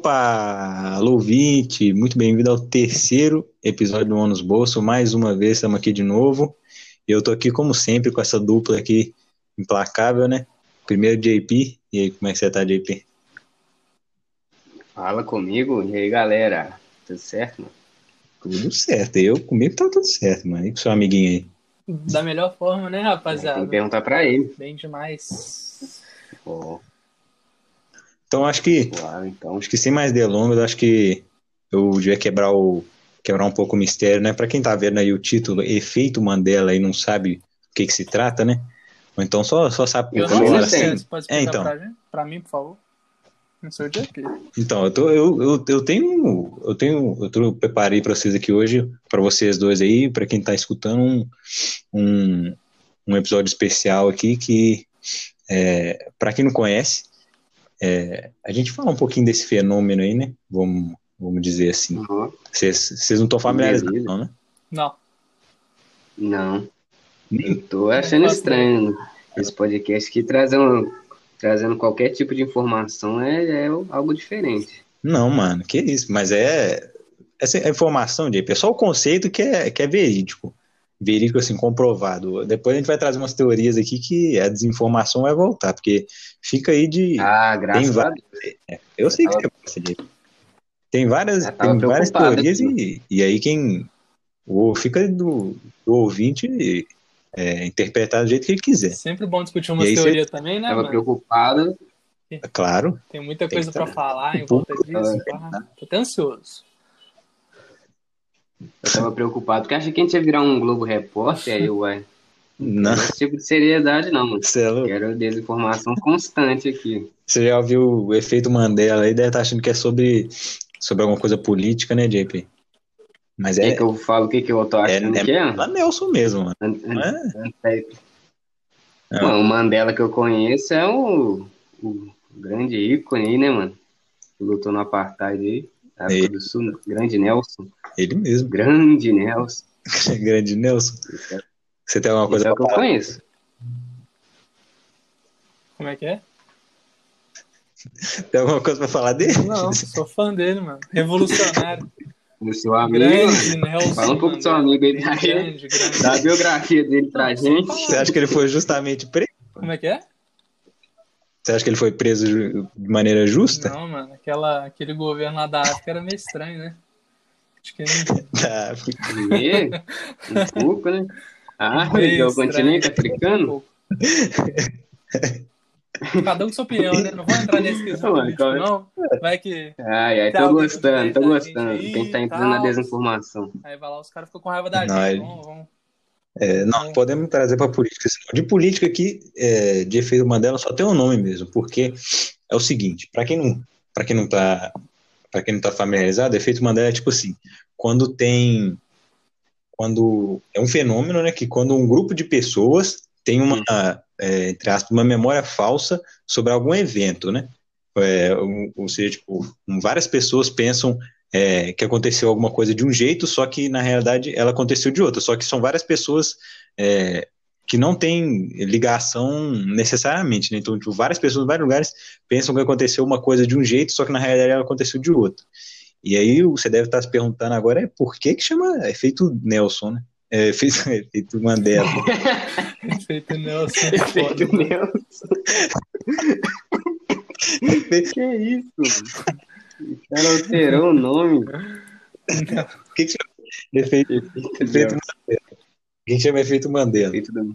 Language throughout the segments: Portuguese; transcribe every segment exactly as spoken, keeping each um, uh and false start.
Opa! Alô, ouvinte! Muito bem-vindo ao terceiro episódio do Ônus Bolso. Mais uma vez, estamos aqui de novo. Eu tô aqui, como sempre, com essa dupla aqui implacável, né? Primeiro, J P. E aí, como é que você tá, J P? Fala comigo. E aí, galera? Tudo certo, mano? Tudo certo. Eu, comigo tá tudo certo, mano. E com seu amiguinho aí? Da melhor forma, né, rapaziada? Tem que perguntar pra ele. Bem demais. Pô, Então, acho que, claro, então. acho que sem mais delongas, acho que eu devia quebrar, o, quebrar um pouco o mistério, né? Pra quem tá vendo aí o título, Efeito Mandela, e não sabe o que que se trata, né? Ou então só, só sabe Eu por não fora, sei, assim. você pode É, explicar então. pra gente? Pra mim, por favor. Não sou o J P. Então, eu, tô, eu, eu, eu tenho, eu tenho, eu tô, preparei para vocês aqui hoje, para vocês dois aí, para quem está escutando, um, um, um episódio especial aqui que, é, para quem não conhece, é, a gente fala um pouquinho desse fenômeno aí, né? Vamos, vamos dizer assim. Uhum. Vocês, vocês não estão familiarizados, Beleza. não, né? Não. Não. Nem- Eu tô achando faço estranho esse podcast aqui trazendo, trazendo qualquer tipo de informação é, é algo diferente. Não, mano, que isso? Mas é essa informação, J P, é só o conceito que é, que é verídico. Verídico, assim, comprovado. Depois a gente vai trazer umas teorias aqui que a desinformação vai voltar, porque fica aí de. Ah, Tem graças a várias. Deus. Eu sei que tava- você gosta de. Tem várias, Já tava tem várias preocupado teorias aqui. e, e aí quem. O, fica do, do ouvinte é, interpretar do jeito que ele quiser. Sempre bom discutir E umas aí você. teorias também, né, Tava mano? preocupado. Claro, Tem muita tem que coisa pra estar. falar em O volta público. disso. Pá. Tô até ansioso. Eu tava preocupado, porque achei que a gente ia virar um Globo Repórter, aí eu, uai, não Não, quero esse tipo de seriedade, não. você é louco. Quero desinformação constante aqui. Você já ouviu o efeito Mandela aí, deve estar achando que é sobre, sobre alguma coisa política, né, J P? Mas Quer é, que eu falo o que, que eu tô é, achando é que é? Mandela Nelson mesmo, mano. An- Não an- é? an- Não. Mano, o Mandela que eu conheço é o, o grande ícone aí, né, mano? Que lutou no Apartheid aí, na África Ele, do Sul, né? Grande Nelson. ele mesmo. Grande Nelson. Grande Nelson. Isso é, Você tem alguma coisa isso é o pra que eu falar? conheço. Como é que é? Tem alguma coisa pra falar dele? Não, sou fã dele, mano. Revolucionário. O seu amigo, Grande mano. Nelson Fala um pouco do seu Mandela. amigo aí Bem pra ele. grande, grande. Dá a biografia dele pra Não, sem gente. falar. Você acha que ele foi justamente preso? Como é que é? Você acha que ele foi preso ju- de maneira justa? Não, mano. Aquela, aquele governo lá da África era meio estranho, né? Acho que não... Tá. E, um pouco, né? Ah, meio que é o estranho. continente africano? Cada um com sua opinião, né? Não vou entrar nesse quesito Não, político, então- não. Vai que... Ai, ai, Tem tô alguém gostando, tô que diverte a gostando. gente aí Quem tá e entrando na tal. desinformação. Aí vai lá, os caras ficam com raiva da Não, gente. ele- Vamos, vamos. É, não, podemos trazer para política. De política aqui, é, de efeito Mandela, só tem um nome mesmo, porque é o seguinte, para quem não, para quem não tá, para quem não tá familiarizado, efeito Mandela é tipo assim, quando tem, quando é um fenômeno, né, que quando um grupo de pessoas tem uma, é, entre aspas, uma memória falsa sobre algum evento, né? É, ou, ou seja, tipo, várias pessoas pensam é, que aconteceu alguma coisa de um jeito, só que na realidade ela aconteceu de outra, só que são várias pessoas é, que não têm ligação necessariamente, né? Então, tipo, várias pessoas em vários lugares pensam que aconteceu uma coisa de um jeito, só que na realidade ela aconteceu de outro. E aí você deve estar se perguntando agora é por que que chama efeito Nelson, né? É, efeito, efeito Mandela. Efeito Nelson. Efeito Foda, né? Nelson. Que isso? O cara alterou o nome. O que que chama efeito, Efeito efeito Nelson. Mandela? Quem chama efeito Mandela? Efeito do-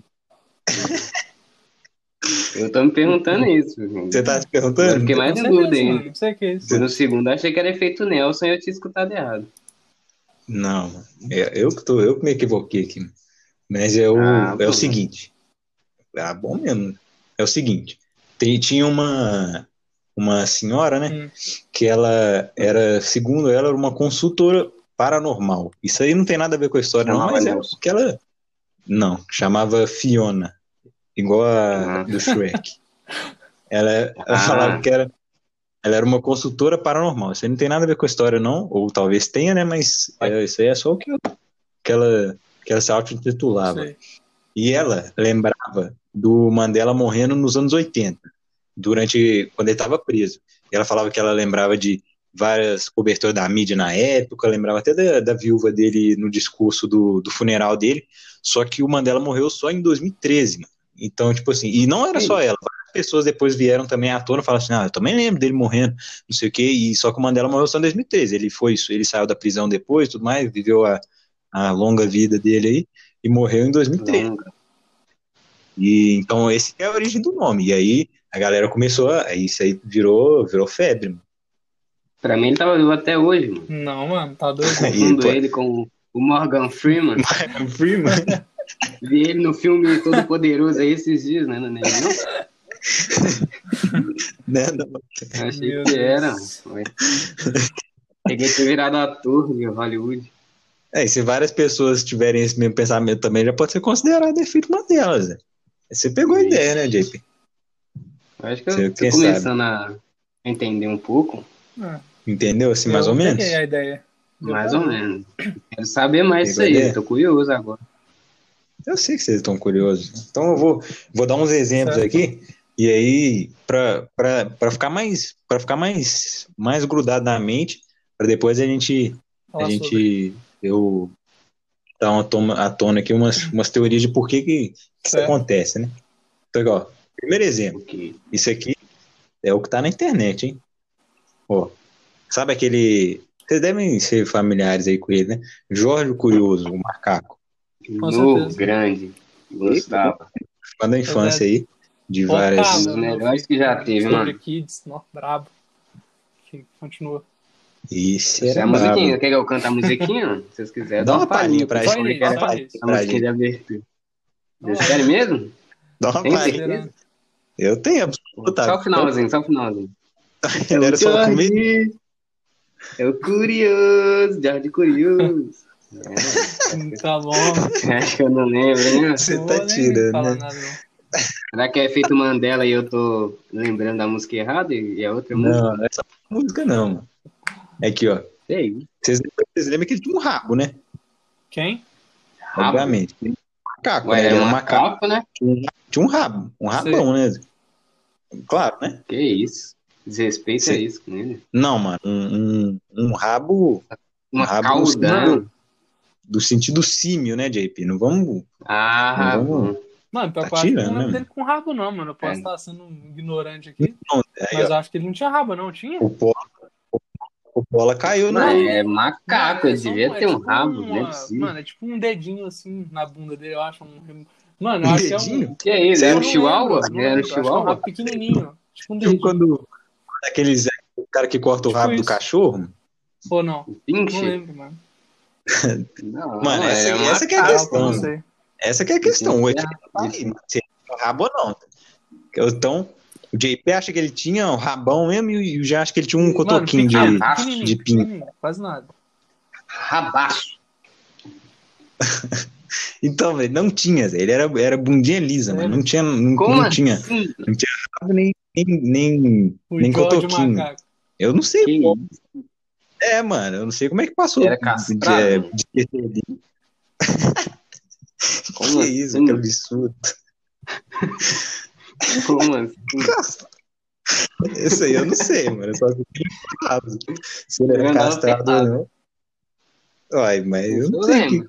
Eu tô me perguntando isso. Você tá se Eu perguntando? fiquei mais Não em sei dúvida mesmo, ainda. mano. Não sei o que é isso. No segundo achei que era efeito Nelson e eu tinha escutado errado. Não, mano. É, eu que tô, eu que me equivoquei aqui. Mas é o, Ah, é o bom. seguinte. Ah, bom mesmo. É o seguinte. Tem, tinha uma, uma senhora, né? Hum. Que ela era, segundo ela, era uma consultora paranormal. Isso aí não tem nada a ver com a história, não, Chamava mas é Nelson. porque ela. Não, chamava Fiona. Igual a Ah. do Shrek. Ela, ela Ah. falava que era. Ela era uma consultora paranormal. Isso aí não tem nada a ver com a história, não. Ou talvez tenha, né? Mas é, isso aí é só o que, que ela, que ela se auto-intitulava. Sei. E ela lembrava do Mandela morrendo nos anos oitenta, durante, quando ele estava preso. E ela falava que ela lembrava de, várias coberturas da mídia na época, lembrava até da, da viúva dele no discurso do, do funeral dele, só que o Mandela morreu só em dois mil e treze, mano. Então, tipo assim, e não era só ela, várias pessoas depois vieram também à tona e falaram assim, ah, eu também lembro dele morrendo, não sei o quê, e só que o Mandela morreu só em dois mil e treze, ele foi, ele saiu da prisão depois, tudo mais, viveu a, a longa vida dele aí, e morreu em dois mil e treze. Longa. E, então, esse é a origem do nome, e aí a galera começou a, isso aí virou, virou febre, mano. Pra mim ele tava vivo até hoje, mano. Não, mano, tá doido. Confundo ele com o Morgan Freeman. Morgan Freeman? Vi ele no filme Todo Poderoso aí esses dias, né? Não, não, não. não. Achei Meu que Deus. Era. Foi. Peguei ter virado ator de Hollywood. É, e se várias pessoas tiverem esse mesmo pensamento também, já pode ser considerado efeito uma delas. Né? Você pegou a Sim. ideia, né, J P? Acho que eu tô começando sabe? a entender um pouco. Ah. Entendeu? Assim, mais eu ou menos? a ideia. Mais ou menos. Quero saber mais disso aí. Tô curioso agora. Eu sei que vocês estão curiosos. Então eu vou, vou dar uns exemplos certo. aqui. E aí, para ficar mais para ficar mais, mais grudado na mente, para depois a gente, a gente eu dar uma toma, à tona aqui umas, umas teorias de por que, que, que isso acontece, né? Então, igual, primeiro exemplo. Okay. Isso aqui é o que tá na internet, hein? Ó, sabe aquele... Vocês devem ser familiares aí com ele, né? Jorge o Curioso, o macaco. No grande. Gostava. Fã da infância aí. De várias... Os melhores que já teve, mano. Kids, nó, brabo. Que continua. Isso é a musiquinha. Quer que eu cante a musiquinha? Se vocês quiserem, dá uma palhinha pra gente. Dá uma palhinha pra gente. De abertura. Vocês querem mesmo? Dá uma palhinha. Eu tenho absoluta. Só o finalzinho, só o finalzinho. Ele era só comigo. É o Curioso, Jorge Curioso. É. Tá bom. Acho que eu não lembro, né? Você tá tirando, né? Será que é feito Mandela e eu tô lembrando da música errada e é outra música? Não, não é essa música não, mano. É aqui, ó. Sei. Vocês lembram, vocês lembram que ele tinha um rabo, né? Quem? Rabo. Obviamente. Macaco, Ué, né? Ele era um macaco, macaco, né? Tinha um rabo, um rabão, Sei. né? Claro, né? Que isso. Desrespeito é isso com ele. Não, mano, um, um, um rabo... Uma um rabo cauda. Do, do sentido símio, né, J P? Não vamos... Ah, não vamos mano, tá eu acho que não né, lembro dele com rabo não, mano. Eu posso é. estar sendo ignorante aqui. Não, aí, mas ó, eu acho que ele não tinha rabo, não. Tinha? O Pola, o, o Pola caiu, não, né? É macaco, ele devia é ter um tipo rabo, uma, né? Mano, é tipo um dedinho assim na bunda dele, eu acho. Um, mano, eu acho dedinho? que é um... Que é isso? É um chihuahua? Era um chihuahua? É um rabo pequenininho. Tipo um dedinho. Tipo quando... Aqueles... O cara que corta o tipo rabo isso. do cachorro? Ou não? Pinche? Não lembro, mano. Não, mano, não, essa, é essa que é a questão. Não sei. Essa que é a questão. O é. Se é rabo ou não. Então, o J P acha que ele tinha um rabão mesmo e eu já acho que ele tinha um cotoquinho mano, de, de pinto. Quase nada. Rabaço. Então, velho, não tinha, ele era, era bundinha lisa, é. mano. Não tinha, não, Como não assim? tinha, não tinha rabo nem, nem, nem, nem cotoquinho. Macaco. Eu não sei que como. É, mano, eu não sei como é que passou. Era castrado. De, de, de, de... Como que assim? isso, que absurdo. Como assim? Isso aí eu não sei, mano. Eu só sei que ele falava. Se ele era castrado ou não. Uai, mas eu não sei. Que...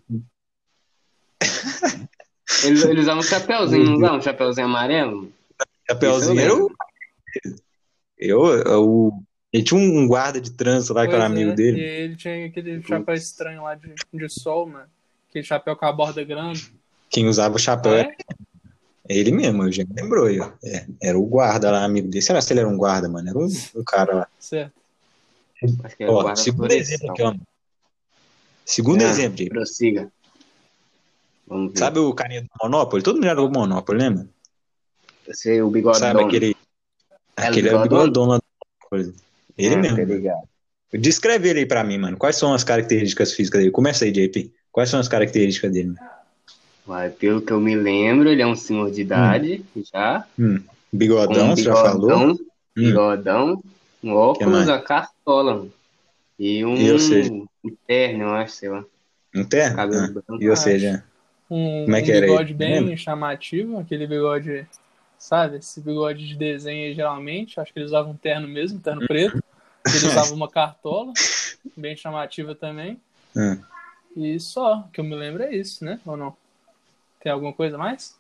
Eles, eles usavam um chapéuzinho, não usavam um chapéuzinho amarelo? Chapéuzinho era o. Eu, eu, ele tinha um guarda de trânsito lá, pois que era é, amigo dele. E ele tinha aquele chapéu estranho lá de, de sol, mano. Aquele chapéu com a borda grande. Quem usava o chapéu ah, é? era ele mesmo, eu já me lembrou. Eu. É, era o guarda lá, amigo dele. Será que ele era um guarda, mano? Era um, um cara lá. Certo. Acho que era ó, o guarda segundo exemplo aqui, ó. Segundo ah, exemplo, gente. Prossiga. Vamos ver. Sabe o carinha do Monopoly? Todo mundo já jogou Monopoly, lembra? Sei, o bigodão. Sabe aquele... É aquele é o bigodão lá. Ele ah, mesmo. Tá ligado. Descreve ele aí pra mim, mano. Quais são as características físicas dele? Começa aí, J P. Quais são as características dele? Vai, pelo que eu me lembro, ele é um senhor de idade, hum. já. Hum. Bigodão, um você já falou? Bigodão, um óculos, a cartola. E um, e ou seja, um terno, eu acho, sei lá. Um terno? Ah, e ou seja, um, como é que um era bigode ele? bem Lembra? chamativo, aquele bigode, sabe? Esse bigode de desenho aí, geralmente. Acho que eles usavam um terno mesmo, um terno hum. preto. Ele usava uma cartola, bem chamativa também. Hum. E só, que eu me lembro é isso, né? Ou não? Tem alguma coisa mais?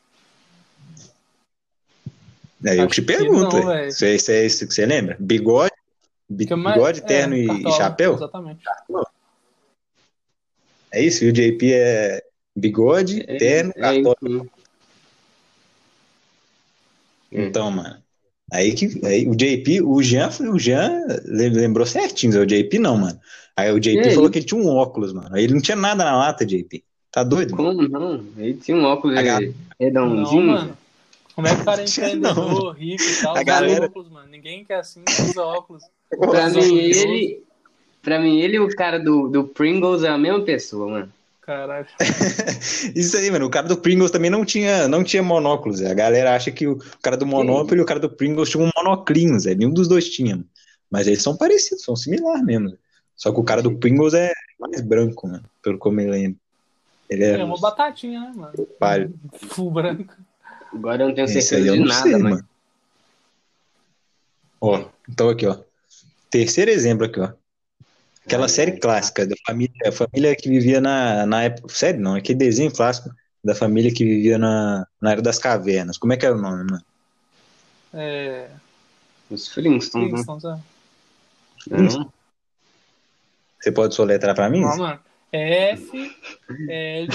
É eu que te Acho que pergunto, não, velho. velho. Isso é isso é isso que você lembra? Bigode, bi- Que eu mais- bigode, é, terno e, e cartola, chapéu? Exatamente. É isso? E o J P é bigode, É, terno, é cartola. isso. Né? É. Então, mano. Aí que aí, o J P, o Jean, o Jean lembrou certinho, o J P não, mano. Aí o J P E aí? falou que ele tinha um óculos, mano. Aí ele não tinha nada na lata, J P. Tá doido, mano? Como não? Ele tinha um óculos A galera- Não, redondinho. mano. Como é que o cara é Tinha não, empreendedor, rico e tal, A usa galera- óculos, mano? Ninguém que é assim usa óculos. Pra Usa mim, óculos ele. Pra mim, ele e o cara do, do Pringles é a mesma pessoa, mano. Caralho. Isso aí, mano. O cara do Pringles também não tinha, não tinha monóculos. Zé. A galera acha que o cara do Monopoly e o cara do Pringles tinham um monoclinho, Zé. Nenhum dos dois tinha. Mano. Mas eles são parecidos, são similares mesmo. Zé. Só que o cara do Pringles é mais branco, mano. Pelo que eu me lembro. Ele é, É uma batatinha, né, mano? palho. Full branco. Agora eu não tenho Esse certeza aí eu de não nada, sei, mas. mano. Ó, então aqui, ó. Terceiro exemplo aqui, ó. Aquela Ai, série ai. clássica da família, a família que vivia na, na época. Série não, aquele desenho clássico da família que vivia na, na era das cavernas. Como é que era o nome, mano? É. Os Flintstones, né? Flintstones, é. Não? Você pode soletrar pra mim? Não, mano. F, L,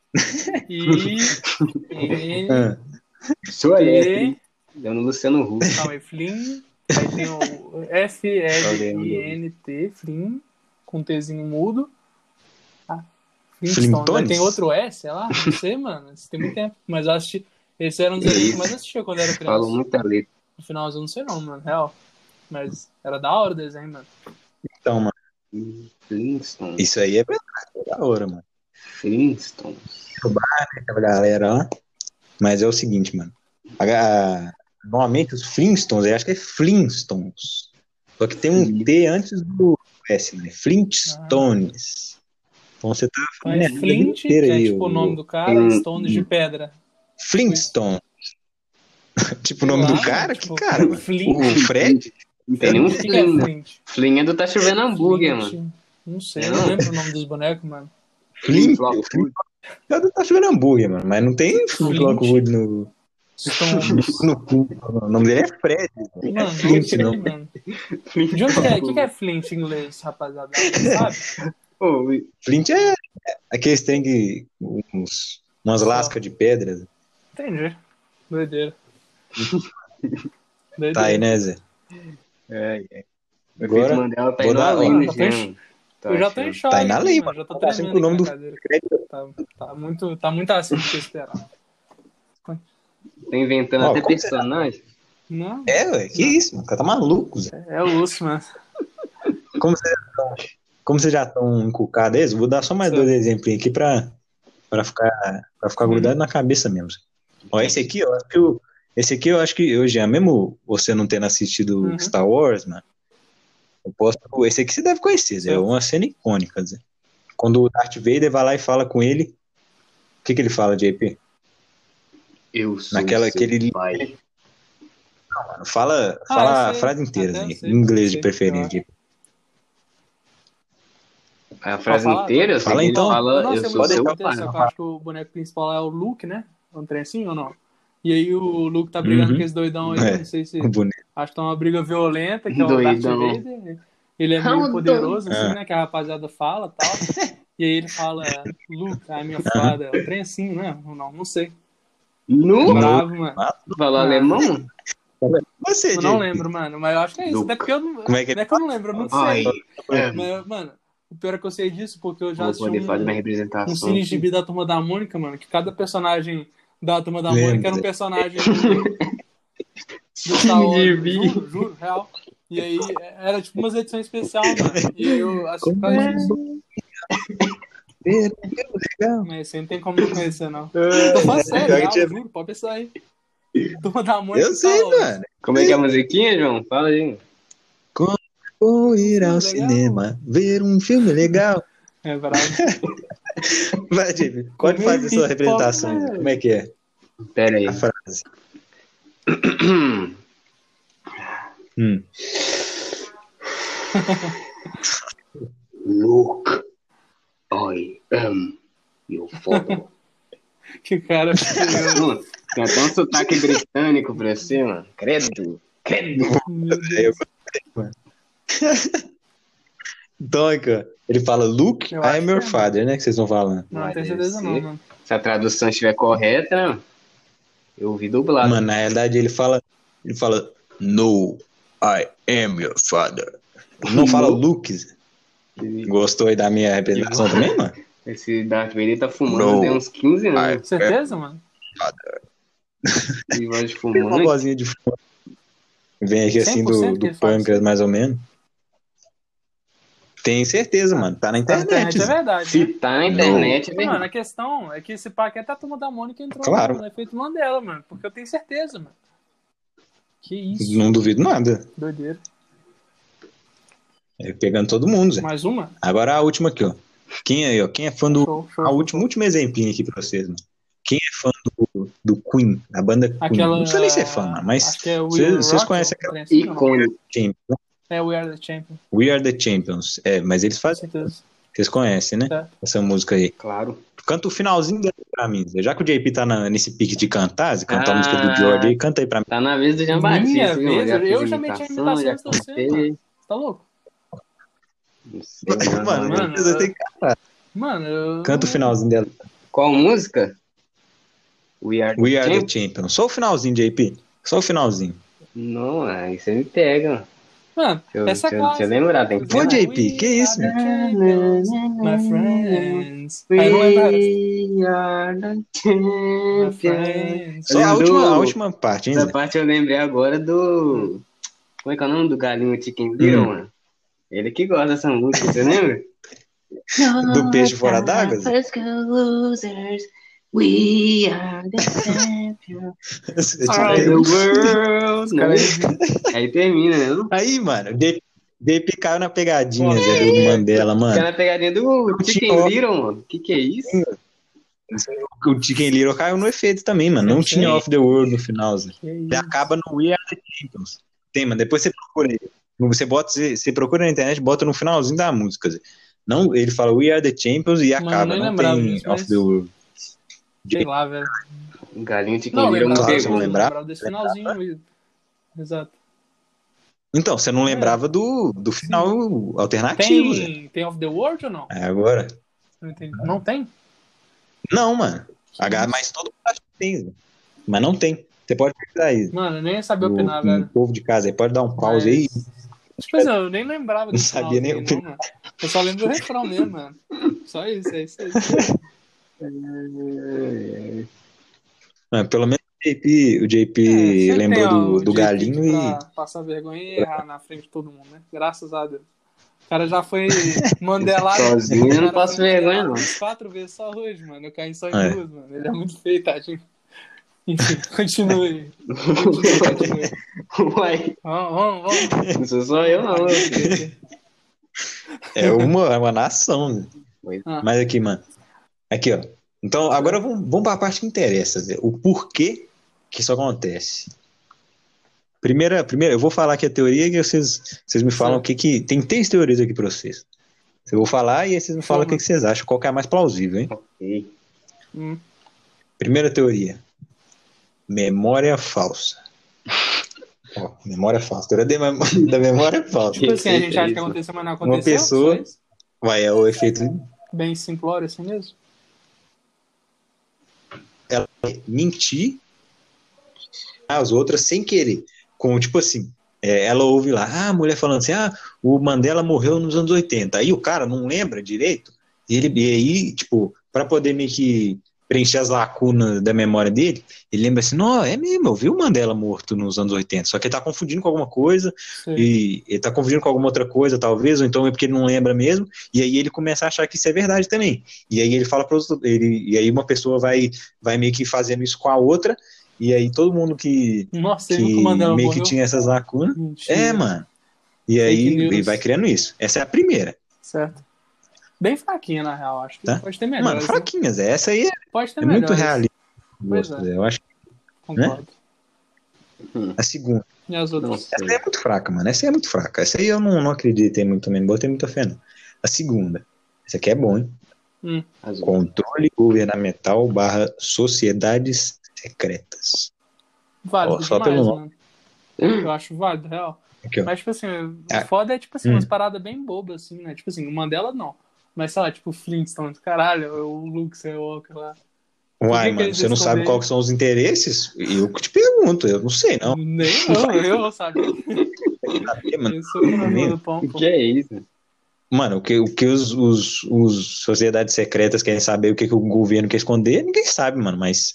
I, N, Ah, Sou ali, T. dando Luciano Huck. Calma aí, Flynn. Aí tem o F, L, I, N, T, Flynn, com Tzinho mudo. Ah, Flintstones. Aí Flintstones? tem outro S, sei lá, não sei, mano. Isso tem muito tempo. Mas eu assisti. Esse era um desenho que eu mais assistia quando eu era criança. Falou muita letra. No final eu não sei não, mano, real. Mas era da hora o desenho, mano. Então, mano, Flintstones. isso aí é verdade, é da hora, mano. Flintstones. Aquela galera lá. Mas é o seguinte, mano. A, a, normalmente os Flintstones, eu acho que é Flintstones. Só que tem um T antes do S, né? Flintstones. Então você tá Então é Flint, que é tipo o nome do cara, e Stones de pedra. Flintstone. Tipo o nome Sei do lá, cara? tipo, Que cara, mano? Flint. O Fred? Não tem nenhum O que, que é Flint. Flint? Flint é do Tá Chovendo Hambúrguer, Flint. mano. Não sei, Não. não lembro o nome dos bonecos, mano. Flint? Flop Food. Eu tá chovendo hambúrguer, mano. Mas não tem Flint. Lockwood no... Stones. no Flint. O nome dele é Fred. Mano, É não Flint, sei, não. mano. De onde que é? O que, que é Flint em inglês, rapaziada? Você sabe? Ô, Flint é aqueles trem que... Uns, umas Só. lascas de pedras. Entendi. Doideira. Doideira. Tá aí, né, Zé? é, é. O Agora, efeito Mandela tá vou indo dar- além, ó, né, já tô em- Jean? Eu já tô em choque, Tá aí na aqui, lei, mano. mano. Já tô Tá assim tremendo com o nome aqui do na cadeira. Fred. Tá, tá, muito, tá muito acima do que eu esperava. Tá inventando Ó, até como personagem. Não, É, ué, que Não. isso, mano? O cara tá maluco, Zé. é o urso, mano. Como vocês já estão, como vocês já estão encucados aí, eu vou dar só mais Certo. dois exemplos aqui pra, pra ficar, pra ficar Uhum. grudado na cabeça mesmo. Ó, esse aqui, ó, acho que eu, esse aqui eu acho que hoje, já, mesmo você não tendo assistido Uhum. Star Wars, mano, eu posso, esse aqui você deve conhecer, Zé, é Certo. uma cena icônica, Zé. Quando o Darth Vader vai lá e fala com ele, o que que ele fala, J P? Eu sou Naquela- seu aquele- pai. Mano, fala Ah, fala eu a sei. frase inteira, Até eu Zé, sei, em inglês sei, de preferência, eu J P. A frase falar? inteira, eu sei Fala que ele então. fala, Eu não eu sei sou muito seu bem pai. só que eu acho que o boneco principal é o Luke, né? É um trem assim ou não? E aí o Luke tá brigando Uhum. com esse doidão aí, É. não sei se... O boneco. Acho que tá uma briga violenta, que é o Doidão. Darth Vader. Ele é meio How poderoso, assim, Ah. né? Que a rapaziada fala e tal. E aí ele fala, Luke, I'm your father. É um trem assim, né? Ou não, não sei. Nu? Bravo, mano. Falou Ah. alemão? Você, Eu não J P. lembro, mano. Mas eu acho que é isso. Luke. Até porque eu não, Como é que não é que eu não lembro, eu não Ai, sei. é. Mas, mano, o pior é que eu sei disso porque eu já Vou assisti poder fazer minha um, representação. um cine gibi da Turma da Mônica, mano. Que cada personagem da Turma da Lembro, Mônica era um Zé. personagem do, do Star Wars. Gibi. Juro, juro, real. E aí era tipo umas edições especiais, mano. E aí eu assisti por causa disso. Legal. Mas você não tem como não conhecer, não. Tô falando sério, Pior que real, tinha- juro, pode pensar aí. Turma da Mônica. Eu sei, Star Wars. mano. Como é que é a musiquinha, João? Fala aí. Vou ir ao Legal. cinema, ver um filme legal. É bravo. Vai, J P, pode Comer fazer sua pipoca. representação. Como é que é Pera aí. a frase? Hum. Look, I am your father. Que cara. Mano, tem até um sotaque britânico pra você, mano. Credo, credo. Meu Deus. Então, cara, ele fala, Luke, Eu I acho am your que é, father, né? Que vocês estão falando. Não, não Mas tenho deve certeza não, ser. mano. Se a tradução estiver correta, eu ouvi dublado. Mano, na realidade ele fala, ele fala, no, I am your father. Ele não fala No. Luke. Gostou aí da minha representação Que- também, mano? Esse Darth Vader tá fumando No. tem uns quinze anos. Certeza, mano? De voz de Uma fumante. vozinha de fumo. Vem aqui assim cem por cento do, que do ele fala pâncreas, isso. mais ou menos. Tem certeza, mano. Tá na Tá na internet. internet, é Zé. verdade. Se Né? tá na internet, é Mano, a verdade. questão é que esse paquete é a turma da Mônica entrou Claro. no efeito Mandela, mano. Porque eu tenho certeza, mano. Que isso. Não duvido nada. Doideira. É pegando todo mundo, Zé. Mais uma? Agora a última aqui, ó. Quem aí, ó? Quem é fã do. Show, show, A show, última, show. último exemplinho aqui pra vocês, mano. Quem é fã do, do Queen, da banda Queen? Aquela. Não precisa nem ser fã, mano, mas Acho que é We vocês, Are vocês Rock, conhecem ou um aquela trem assim, ou não? Icônico. Champions. É We Are the Champion, We Are the Champions. É, mas eles com fazem. certeza. Vocês conhecem, né? É. Essa música aí. Claro. Canta o finalzinho dela pra mim, Zé. Já que o J P tá na- nesse pique de cantar, Zé, cantar a Ah. música do George aí, canta aí pra mim. Tá na vez do Jean Minha Batista, viu? vez? Já fiz Eu já meti a imitação já antes de você, cantei. mano. Você tá louco? Não sei, não. Mano, mano, não precisa ter que cantar. Mano, eu... Canta o finalzinho dela. Qual música? We Are the We Are the Champions? Champions. Só o finalzinho, J P. Só o finalzinho. Não, aí você me pega, mano. Mano, Deixa eu- essa deixa eu- deixa eu clássica. lembrar, tem que Pô, lembrar. J P, que isso? We are the champions, my friends. Aí eu não lembro essa. We are the My champions. friends. Só a lembro última, do- a última parte, hein, Essa Zé? parte eu lembrei agora do... Como é que é o nome do galinho Chicken Little, Hum. mano? Ele que gosta dessa música, você lembra? Do peixe fora d'água, Zé? Let's go, losers. We are the champions. All the world. Cara, Né? Aí termina, né? não? Aí, mano, o J P caiu na pegadinha, Zé, do Mandela, Fica mano. na pegadinha do Chicken tinha- Little, mano. Que que é isso? O Chicken Little caiu no efeito também, mano. Não tinha Off the World no final, Zé. que isso. Ele acaba no We Are the Champions. Tem, mano. Depois você procura aí. Você bota, você, você procura na internet, bota no finalzinho da música, Zé. Não, ele fala We Are the Champions e Mano, acaba. nem Não lembrava tem disso, Off mas- the World. Sei lá, velho. O galinho Chicken Não, Little me lembrava, Claro, desse, você não pegou. lembrar? lembrava desse finalzinho. Exato. Então, você não lembrava do, do final alternativo, Zé. Tem, tem Of the World ou não? É, agora. Não, entendi. Não tem? Não, mano. H, mas todo mundo acha que tem, Zé. Mas não tem. Você pode pesquisar aí. Mano, eu nem ia saber O, opinar, o velho. povo de casa aí pode dar um pause aí. Mas- Tipo assim, eu nem lembrava Não desse sabia nem finalzinho, não, mano. Eu só lembro do refrão mesmo, mano. Só isso, é isso aí. Mano, pelo menos o J P, o J P É, sempre lembrou tem, ó, do, o do J P galinho e. pra passar vergonha e errar na frente de todo mundo, né? Graças a Deus. O cara já foi mandelado. Sozinho eu não o cara passo foi vergonha, mandelado não. umas quatro vezes só hoje, mano. Eu caí só em É. duas, mano. Ele é muito feio, tadinho. Enfim, continue. Continue, continue. Uai, Vamos, vamos, vamos. não sou só eu, não. É uma, é uma nação, né? Ah. Mas aqui, mano. Aqui, ó. Então, agora vamos, vamos para a parte que interessa, Zé. O porquê que isso acontece. Primeira, primeira, eu vou falar aqui a teoria e vocês, vocês me falam o que que... Tem três teorias aqui para vocês. Eu vou falar e aí vocês me falam o que, que vocês acham, qual que é a mais plausível, hein? Ok. Hum. Primeira teoria. Memória falsa. Ó, memória falsa. Teoria da mem- da memória falsa. Tipo assim, a gente acha que isso? aconteceu, mas não aconteceu. pessoa- só isso? Vai, é o efeito Bem simplório assim mesmo. mentir às outras sem querer. Com, tipo assim, é, ela ouve lá, ah, a mulher falando assim, ah, o Mandela morreu nos anos oitenta. Aí o cara não lembra direito, e, ele, e aí, tipo, pra poder meio que preencher as lacunas da memória dele, ele lembra assim, não, é mesmo, eu vi o Mandela morto nos anos oitenta, só que ele tá confundindo com alguma coisa, Sei. e ele tá confundindo com alguma outra coisa, talvez, ou então é porque ele não lembra mesmo, e aí ele começa a achar que isso é verdade também. E aí ele fala para outros, ele, e aí uma pessoa vai, vai meio que fazendo isso com a outra, e aí todo mundo que, Nossa, que ele nunca Mandela meio morreu. que tinha essas lacunas, Mentira. é, mano. E Fake aí news. ele vai criando isso. Essa é a primeira, Certo. Bem fraquinha, na real, acho que tá? pode ter Mano, melhores. né? fraquinhas, essa aí é, Pode ter é muito melhores. realista. Pois Gosto, é. Eu acho que Concordo. a segunda. E as outras? Essa aí é muito fraca, mano. Essa aí é muito fraca. Essa aí eu não, não acreditei muito também. Não botei muita fé, não. A segunda. Essa aqui é bom, hein? Hum. Controle governamental barra sociedades secretas. Válido Ó, só demais, pelo nome. mano. Eu acho válido, real. Aqui, ó. Mas, tipo assim, o Ah. foda é, tipo assim, Hum. umas paradas bem bobas, assim, né? Tipo assim, o Mandela não. Mas, sei lá, tipo, o Flintstones, caralho, o Luke Skywalker lá. Por Uai, que que mano, eles você não sabe esconderam? quais são os interesses? Eu que te pergunto, eu não sei, não. Nem eu, eu vou saber. Saber, mano. Eu sou o Nem- do pão, O pô. que é isso? Mano, o que, o que os, os, os sociedades secretas querem saber, o que, que o governo quer esconder, ninguém sabe, mano. Mas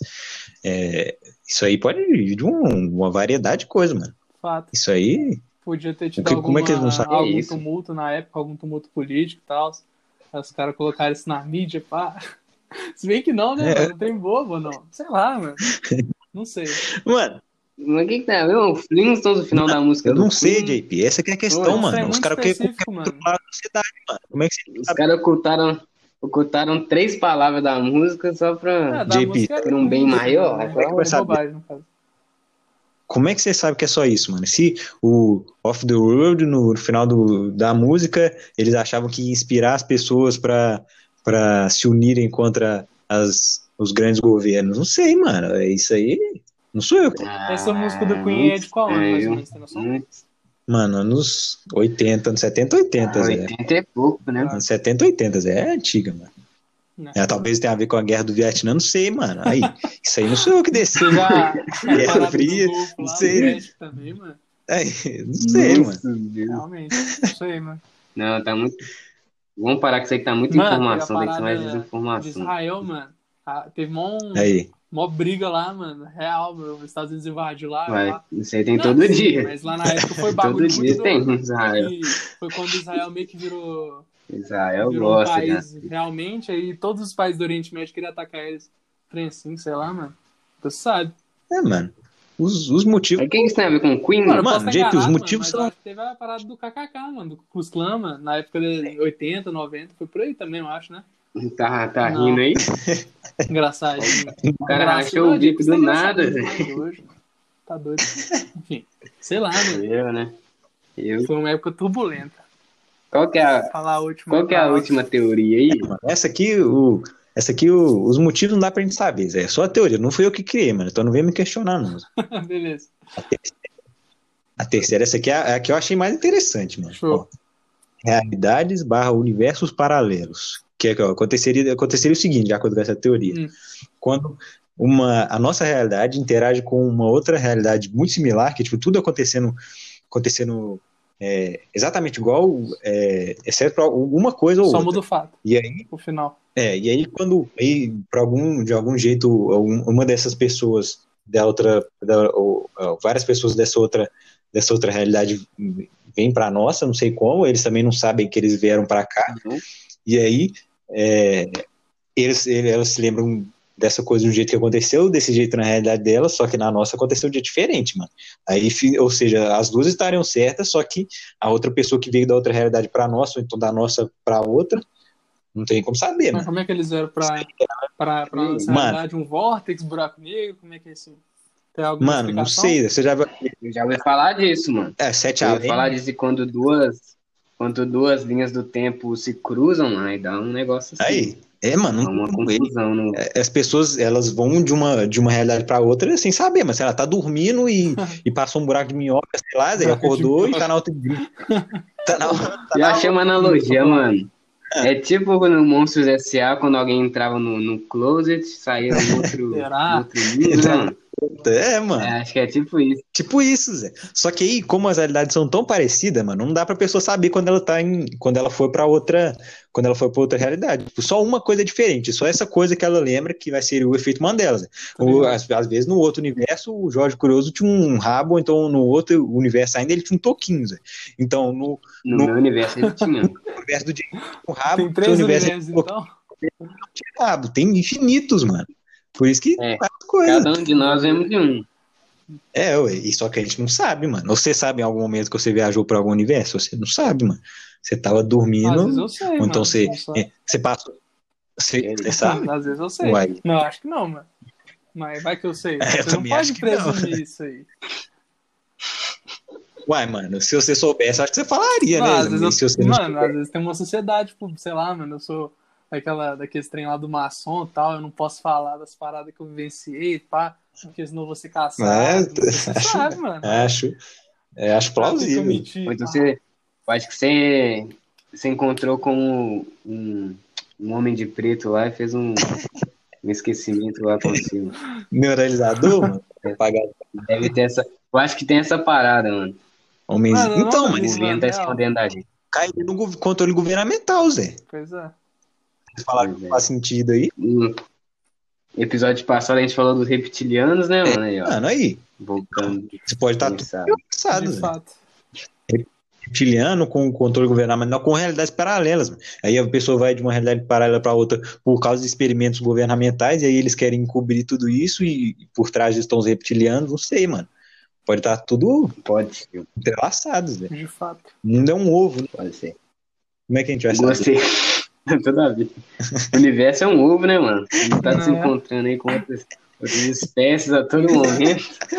é, isso aí pode vir de um- uma variedade de coisas, mano. Fato. Isso aí. Podia ter tido O que- alguma, como é que eles não sabem algum isso? tumulto na época, algum tumulto político e tal. Aí os caras colocaram isso na mídia, pá. Se bem que não, né, É. mano? Não tem bobo, não. Sei lá, mano. Não sei. Mano, Mas o que que tem a ver? O Flintstones no final da música eu do não sei, Queen, J P. Essa que é a questão, Oi, Isso é mano. Os muito caras querem específico, mano. controlar a sociedade, mano. Como é que você os sabe? caras ocultaram, ocultaram três palavras da música só É, pra... da J P, música é por um bem música, maior, né? como é que vai É saber? bobagem, no caso. Como é que você sabe que é só isso, mano? Se o Off the World, no final do, da música, eles achavam que ia inspirar as pessoas pra, pra se unirem contra as, os grandes governos. Não sei, mano. É isso aí. Não sou eu. Essa música do Ah, Queen é muito de qual ano, mais ou estranho, menos, tem noção? muito- Mano, anos oitenta, anos setenta, oitenta, Zé. oitenta é pouco, né? Anos setenta, oitenta, Zé. É antiga, mano. Não. É, talvez tenha a ver com a guerra do Vietnã, não sei, mano. Aí, isso aí não sou eu que decidi. Você já. A Guerra parada Fria, do Golfo não lá, do sei. México também, mano. Aí, não sei, mano. Nossa, Deus. Realmente. Não sei, mano. Não, tá muito... Vamos parar com isso aí que tá muita Mano, informação, teve tem a que ser mais parada de desinformação. Israel, mano. Ah, teve mó, um, Aí. mó briga lá, mano. Real, meu. Os Estados Unidos invadiu lá. Vai, lá. isso aí tem Não, todo sim, dia. Mas lá na época foi bagulho Todo muito dia tem doido. em Israel. Que foi quando Israel meio que virou, Israel virou um gosta, cara. país realmente. Aí todos os países do Oriente Médio queriam atacar eles. Falei assim, sei lá, mano. Você sabe. É, mano. Os, os motivos. Mas o que que isso tem a ver com Queen, Mano, eu mano? posso estar J P, os enganado, motivos mano, mas são- eu acho que teve a parada do K K K, mano, do Ku Klux Klan, mano, na época de oitenta, noventa, foi por aí também, eu acho, né? Tá, tá Não. rindo aí? Engraçadinho. O cara Engraçado. rachou o Não, bico isso do é nada, engraçado velho. demais hoje, mano. Tá doido. Enfim, sei lá, mano. Eu, né? Eu. Foi uma época turbulenta. Qual que é a, Falar a última. qual que é a palavra. última teoria aí? Mano, essa aqui, o, essa aqui o, os motivos não dá pra gente saber, Zé. É só a teoria. Não fui eu que criei, mano. Então não vem me questionar, não. Beleza. A terceira, essa aqui é a, é a que eu achei mais interessante, mano. Show. Ó, realidades barra universos paralelos. Que é que ó, aconteceria, aconteceria o seguinte, de acordo com essa teoria. Hum. Quando uma, a nossa realidade interage com uma outra realidade muito similar, que tipo, tudo acontecendo, acontecendo é, exatamente igual, é, exceto pra uma coisa ou Só outra. muda o fato, E aí, o final. é, e aí quando aí, por algum, de algum jeito algum- uma dessas pessoas da outra, da, ou, ou, várias pessoas dessa outra, dessa outra realidade vêm para nossa, não sei como, eles também não sabem que eles vieram para cá. Uhum. E aí é, eles, eles, elas se lembram dessa coisa de um jeito que aconteceu, desse jeito na realidade delas, só que na nossa aconteceu de um jeito diferente, mano. Aí, fi- ou seja, as duas estariam certas, só que a outra pessoa que veio da outra realidade para nossa, ou então da nossa para outra, não tem como saber, Mas mano. como é que eles eram pra, pra, pra nossa Mano. realidade? Um vórtex, buraco negro? Como é que é isso? Tem alguma Mano, não explicação? sei, você já viu. Eu já ouvi falar disso, mano. É, Sete Eu ia Além. falar disso de quando duas, quando duas linhas do tempo se cruzam, aí dá um negócio assim. Aí, é, mano, Dá uma não- confusão. No... as pessoas, elas vão de uma, de uma realidade pra outra sem saber, mas ela tá dormindo e, e passou um buraco de minhoca, sei lá, Zé, Buraco de acordou e minhoca. tá na outra. Tá na, tá Eu na achei uma analogia, mano. É tipo no Monstros S A, quando alguém entrava no, no closet, saía no outro, Será? no outro mundo, né, Entrava- mano? É, mano. É, acho que é tipo isso. Tipo isso, Zé. Só que aí, como as realidades são tão parecidas, mano, não dá pra pessoa saber quando ela tá em. Quando ela for pra outra. Quando ela for pra outra realidade. Tipo, só uma coisa é diferente. Só essa coisa que ela lembra que vai ser o efeito Mandela, Zé. Ou, às, às vezes, no outro universo, o Jorge Curioso tinha um rabo, ou então no outro universo ainda ele tinha um toquinho, Zé. Então, no, No, No- meu universo ele tinha. universo do James, um rabo, Tem no três universo universos, ele então? tinha rabo. Tem infinitos, mano. Por isso que É, faz coisa. Cada um de nós vemos de um. É, ué, e só que a gente não sabe, mano. Você sabe em algum momento que você viajou para algum universo? Você não sabe, mano. Você tava Às vezes dormindo, eu sei, ou mano. então você, não só- é, você passou. Você, É, você sabe? Às vezes eu sei. Uai. Não, acho que não, mano. Mas vai que eu sei. É, eu Você não também pode acho que não. presumir isso aí. Uai, mano, se você soubesse, acho que você falaria, Não, né? às vezes eu- Se você não mano, às vezes tem uma sociedade, tipo, sei lá, mano, eu sou daquela, daqueles trem lá do maçom e tal, eu não posso falar das paradas que eu vivenciei, pá, porque senão eu vou ser É, caçado. Você acho, sabe, mano. acho, é, acho Pra que que eu plausível. menti? Ou então pá? você, eu acho que você, você encontrou com um, um homem de preto lá e fez um, um esquecimento lá consigo. Neuralizador, mano. Apagado. Deve ter essa. Eu acho que tem essa parada, mano. Homens... Mano, não, Então, mano, O mano, isso, isso governo mano, tá real. escondendo da gente. cai no gov- controle governamental, Zé. Pois é. Você falar que Pois não é. faz sentido aí. No episódio passado a gente falou dos reptilianos, né, mano? Aí, ó. Mano, aí. Voltando. Você pode estar Quem tudo sabe? passado, De Zé. fato. Reptiliano com controle governamental, com realidades paralelas, mano. Aí a pessoa vai de uma realidade paralela para outra por causa de experimentos governamentais, e aí eles querem encobrir tudo isso e, e por trás disso estão os reptilianos, não sei, mano. Pode estar tudo Pode ser. entrelaçado, Zé. De fato. O mundo é um ovo, né? Pode ser. Como é que a gente vai saber? Gostei. Toda vez. O universo é um ovo, né, mano? Ele tá se É. encontrando aí com outras, outras espécies a todo momento.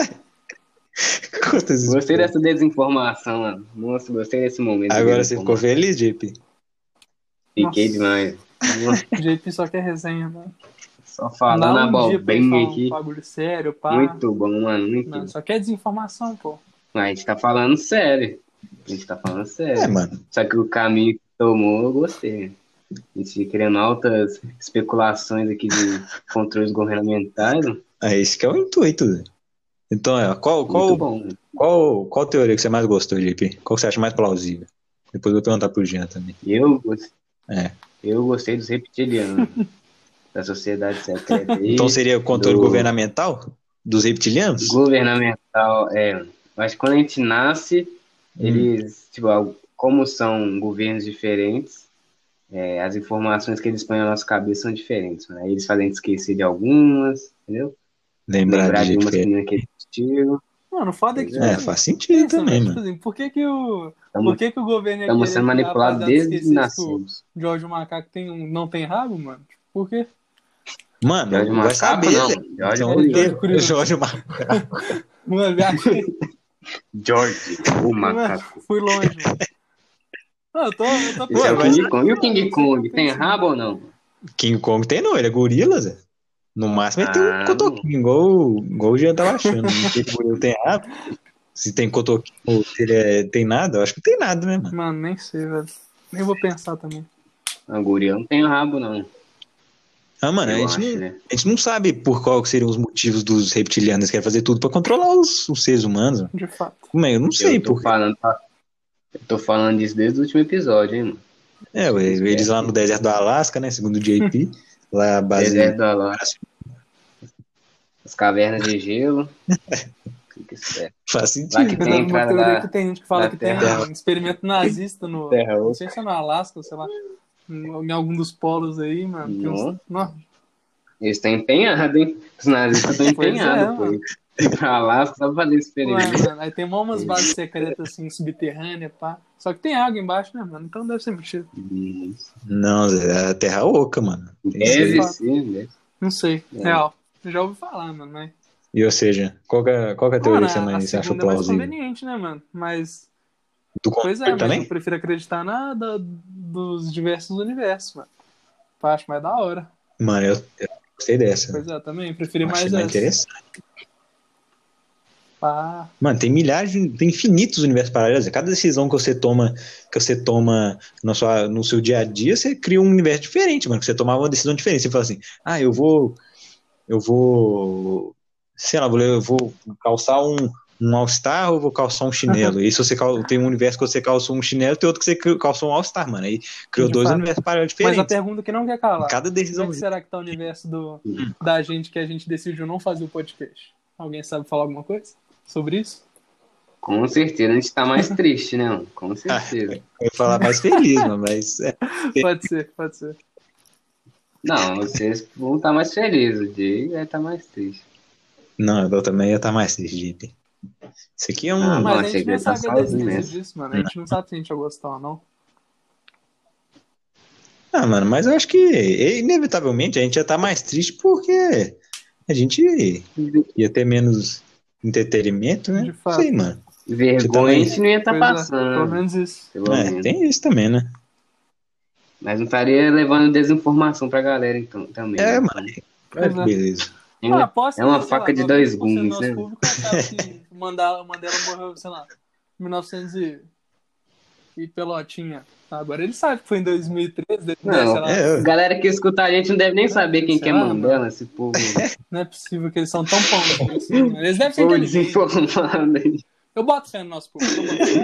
Quantas Gostei espécies? dessa desinformação, mano. Nossa, gostei desse momento. de Agora você ficou desinformação. feliz, J P? Fiquei Nossa. demais. Nossa, J P só quer resenha, mano. só falando Dá um dia pra ele abobrinha falar um aqui. bagulho sério, pá. Muito bom, mano. Muito Não, bom. só quer desinformação, pô. Mas a gente tá falando sério. A gente tá falando sério. É, mano. Só que o caminho que tomou, eu gostei. A gente criando altas especulações aqui de controles governamentais. Mano. É esse que é o intuito, Zé. Então, é, qual, Muito qual, bom. Mano. qual, qual teoria que você mais gostou, J P? Qual que você acha mais plausível? Depois eu vou perguntar pro Jean também. Eu, gos- É. eu gostei dos reptilianos. Da sociedade secreta aí. Então seria o controle do- governamental dos reptilianos? Governamental, é. Eu acho que quando a gente nasce, eles, tipo, como são governos diferentes, é, as informações que eles põem na nossa cabeça são diferentes. Né? Aí eles fazem a gente esquecer de algumas, entendeu? Lembrar, Lembrar de de jeito umas que diferente. não existiam. Mano, foda é que, tipo É, assim, faz sentido pensa, também, né? mano. Tipo assim, por que que o, Tamo- por que que o governo ia Estamos querer sendo que a manipulados rapaziada desde que esquecesse que o nascemos. Jorge o Macaco tem um, não tem rabo, mano? Tipo, por quê? Mano, Jorge vai Macaco, saber, não. Zé. Jorge Então, Curioso. o quê? Jorge Curioso. Jorge Macaco. Mano, viajei. George, o macaco. Fui longe, mano. Não, eu tô, eu tô Esse é o Ué, mas- King Kong. E o King Eu Kong, tem pensei. rabo ou não? King Kong tem não, ele é gorila, Zé. No máximo ele tem Ah, um cotoquinho, igual, igual o Jean tava achando. Não sei se o gorila tem rabo. Se tem cotoquinho ou se ele é- tem nada, eu acho que não tem nada, né, mano? Mano, nem sei, velho. Nem vou pensar também. A guria não tem rabo, não. Ah, mano, a Eu gente, acho, não, né? a gente não sabe por qual que seriam os motivos dos reptilianos. Eles querem fazer tudo pra controlar os, os seres humanos. Mano. De fato. Como é? Eu não sei Eu tô por quê. falando, eu tô falando disso desde o último episódio, hein, mano? É, ué, eles lá no deserto do Alasca, né? Segundo o J P. Lá a base. Deserto do Alasca. As cavernas de gelo. Fica esperto. Faz Lá sentido. que Mas tem uma cara teoria da- que tem gente que fala da que tem Terra. um experimento nazista no. Terra Não Oca. sei se é no Alasca, sei lá. Em algum dos polos aí, mano. Tem uns- Não. Não, Eles estão empenhados, hein? Os nazistas estão Pois é, empenhados, pô. mano. Ir pra Alasca só pra fazer Ué, experimento. mano, aí tem mó umas bases secretas assim, subterrâneas, pá. Só que tem água embaixo, né, mano? Então deve ser mentira. Não, Zé, é a terra oca, mano. Tem isso aí. Deve ser, né? Não sei, É. real. Já ouvi falar, mano, mas. E ou seja, qual que é, qual que é a teoria Mano, que você a mais achou segunda é mais plausível? conveniente, né, mano? Mas. Do Pois é, controle mas também? eu prefiro acreditar na da- dos diversos universos, mano. Eu acho mais da hora. Mano, eu, eu gostei dessa. Pois é, também. Preferi Eu achei mais mais essa. interessante. Pá. Mano, tem milhares, de, tem infinitos universos paralelos. Cada decisão que você toma, que você toma na sua, no seu dia a dia, você cria um universo diferente, mano. Que você tomava uma decisão diferente. Você fala assim, ah, eu vou, eu vou, sei lá, eu vou calçar um, um All-Star ou vou calçar um chinelo. E se você cal, tem um universo que você calçou um chinelo, tem outro que você calçou um All-Star, mano. Aí criou De dois fato. universos paralelos Mas a diferentes. pergunta que não quer calar. Cada Como decisão. é que será que tá o universo do, da gente que a gente decidiu não fazer o podcast? Alguém sabe falar alguma coisa sobre isso? Com certeza, a gente tá mais triste, né, mano? Com certeza. Eu ia falar mais feliz, mano, mas é, Pode ser, pode ser. Não, vocês vão estar mais felizes. O Diego vai estar mais triste. não, eu também ia estar mais triste, J P. Isso aqui é um. Ah, Mas Nossa, a gente ele nem tá sabe a sozinho existência mesmo. disso, mano. A gente não sabe se a gente ia gostar ou não. Ah, mano, mas eu acho que inevitavelmente a gente ia estar mais triste porque a gente ia ter menos entretenimento, né? De Não fato. sei, mano. Vergonha a gente não ia estar Pois é, passando. pelo menos isso. Pelo É, menos. tem isso também, né? Mas não estaria levando desinformação pra galera então, também. É, né? mano. Olha que é. beleza. É, Ah, aposto é uma que, sei faca lá, de dois noventa por cento do gumes, nosso né? público achava que o Mandela, o Mandela morreu, sei lá, em mil e novecentos e, e Pelotinha. Agora ele sabe que foi em dois mil e treze, deve- Não, sei lá. É, galera que escuta a gente não deve nem saber quem que é Será, Mandela, mano? esse povo, Não é possível que eles são tão pão assim, mano. Eles devem ser povo inteligentes. desinformado aí. Eu boto fé no nosso público. Eu boto fé.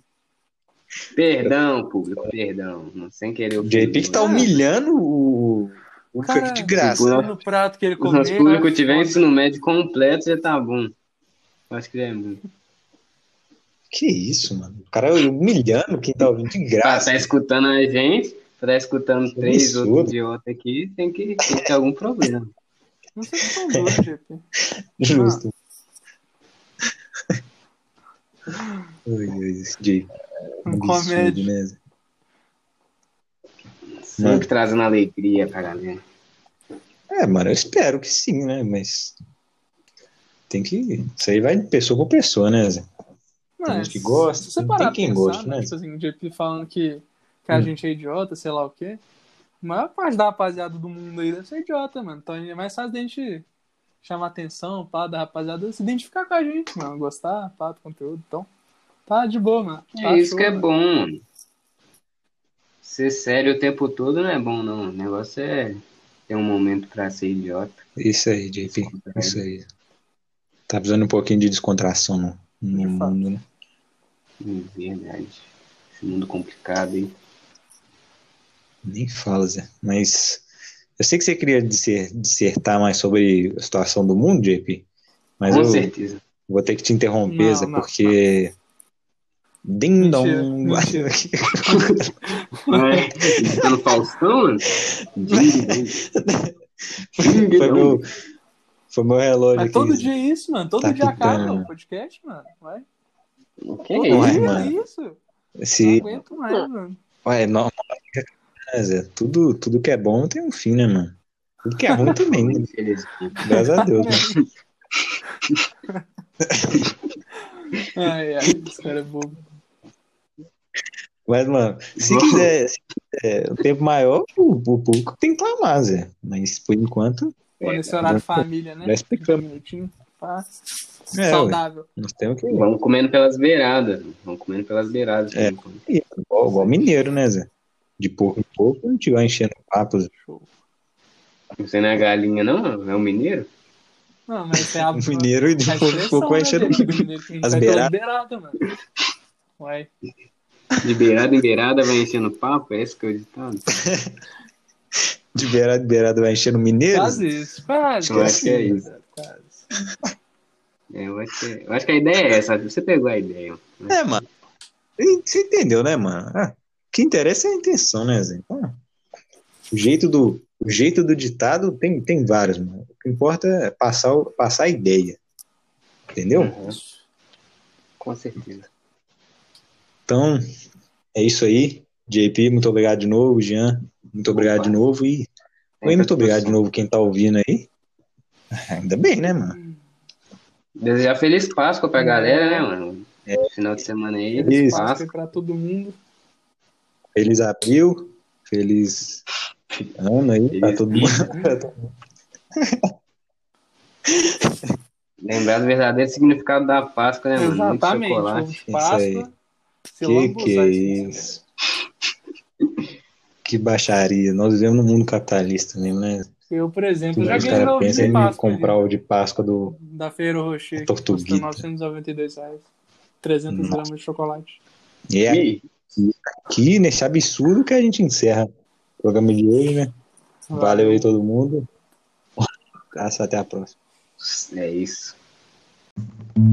Perdão, público, perdão. Não, sem querer o J P que ofender. tá humilhando o o público aqui de Cara, graça. Tipo, no prato que ele Se o nosso comeu, público é tiver foda. ensino médio completo, já tá bom. Acho que é muito. Que isso, mano? O cara humilhando quem tá ouvindo de Pra graça. tá escutando a gente, pra tá escutando Que três absurdo. outros idiotas aqui, tem que, tem que ter algum problema. Não sei se tão duro, G P. Justo. Oi, oi, esse J P. Um Absurdo, comédia. né? Zé? Sempre Mano. trazendo alegria pra galera. É, mano, eu espero que sim, né? Mas tem que. Isso aí vai de pessoa por pessoa, né, Zé? Tem Mas, gente que gosta, se você tem, parar tem pra quem pensar, gosta, né? né? Tipo assim, o J P falando que, que a Hum. gente é idiota, sei lá o quê. A maior parte da rapaziada do mundo aí deve ser idiota, mano. Então é mais fácil da gente chamar atenção, pá, da rapaziada se identificar com a gente, mano. Gostar, pá, do conteúdo. Então, tá de boa, mano. Tá É isso show, que é mano. bom, mano. Ser sério o tempo todo não é bom, não. O negócio é ter um momento pra ser idiota. Isso aí, J P. Isso aí. Tá precisando um pouquinho de descontração no, no De fato. mundo, né? Hum, Verdade. Esse mundo complicado, hein? Nem fala, Zé. Mas eu sei que você queria disser- dissertar mais sobre a situação do mundo, J P. Mas Com eu certeza. vou ter que te interromper, Não, Zé, não, porque. Ding dong. Mentira, mentira. É, tá no Faustão, mano? Ding dong. Ding Foi dong. meu, foi meu relógio Mas aqui. todo Zé. dia é isso, mano. Todo Tá dia pitando, acaba mano. o podcast, mano. Vai. Que Todo é Ué, isso? dia mano. é isso. Não Esse, aguento mais, mano. ué, não, né, Zé? Tudo, tudo que é bom tem um fim, né, mano? Tudo que é ruim também, né? Infelizmente. Graças a Deus, né? Ai, ai, esse cara é bobo. Mas, mano, se quiser, se quiser um tempo maior, o, o público tem que clamar, Zé. Mas, por enquanto, Pô, nesse horário família, né? já explicamos. trinta minutinhos. Pá. É, Saudável. nós temos que... Vamos comendo pelas beiradas. Vamos comendo pelas beiradas. por É. enquanto. Igual, igual mineiro, né, Zé? De pouco em pouco, a gente vai enchendo papos. Show. Você não é galinha, não? É um mineiro? Não, mas é a, O mineiro, de a pouco em pouco, expressão, vai né, enchendo gente? Do mineiro que a gente as vai pelas beiradas. beiradas, mano. Uai. De beirada em beirada vai enchendo papo? É esse que é o ditado? De beirada em beirada vai enchendo mineiro. Quase isso. Quase. Eu acho que é isso. Quase. É, eu, acho que, é- eu acho que a ideia é essa. Você pegou a ideia. É, mano. Você entendeu, né, mano? Ah, o que interessa é a intenção, né, Zé? Então, o jeito do, o jeito do ditado tem, tem vários, mano. O que importa é passar, o- passar a ideia. Entendeu? Uhum. Com certeza. Então, é isso aí. J P, muito obrigado de novo. Jean, muito obrigado Opa. de novo. E oi, muito obrigado de novo quem tá ouvindo aí. Ainda bem, né, mano? Desejar feliz Páscoa pra galera, né, mano? Final de semana aí. Isso. Feliz Páscoa pra todo mundo. Feliz abril. Feliz ano aí pra Feliz todo vida. mundo. Lembrar do verdadeiro significado da Páscoa, né, mano? Muito Exatamente. Ovo chocolate. de Isso Páscoa. aí. Se Que lambuzar que é esse isso? Que baixaria. Nós vivemos num mundo capitalista mesmo, né? Eu, por exemplo, já Os ganhei meu caras ovo pensam de em Páscoa comprar ali, o de Páscoa do da Ferro Rocher, que Tortuguita. custa novecentos e noventa e dois reais. trezentas Nossa. gramas de chocolate. E é E aqui, nesse absurdo, que a gente encerra o programa de hoje, né? Valeu aí todo mundo. Até a próxima. é isso.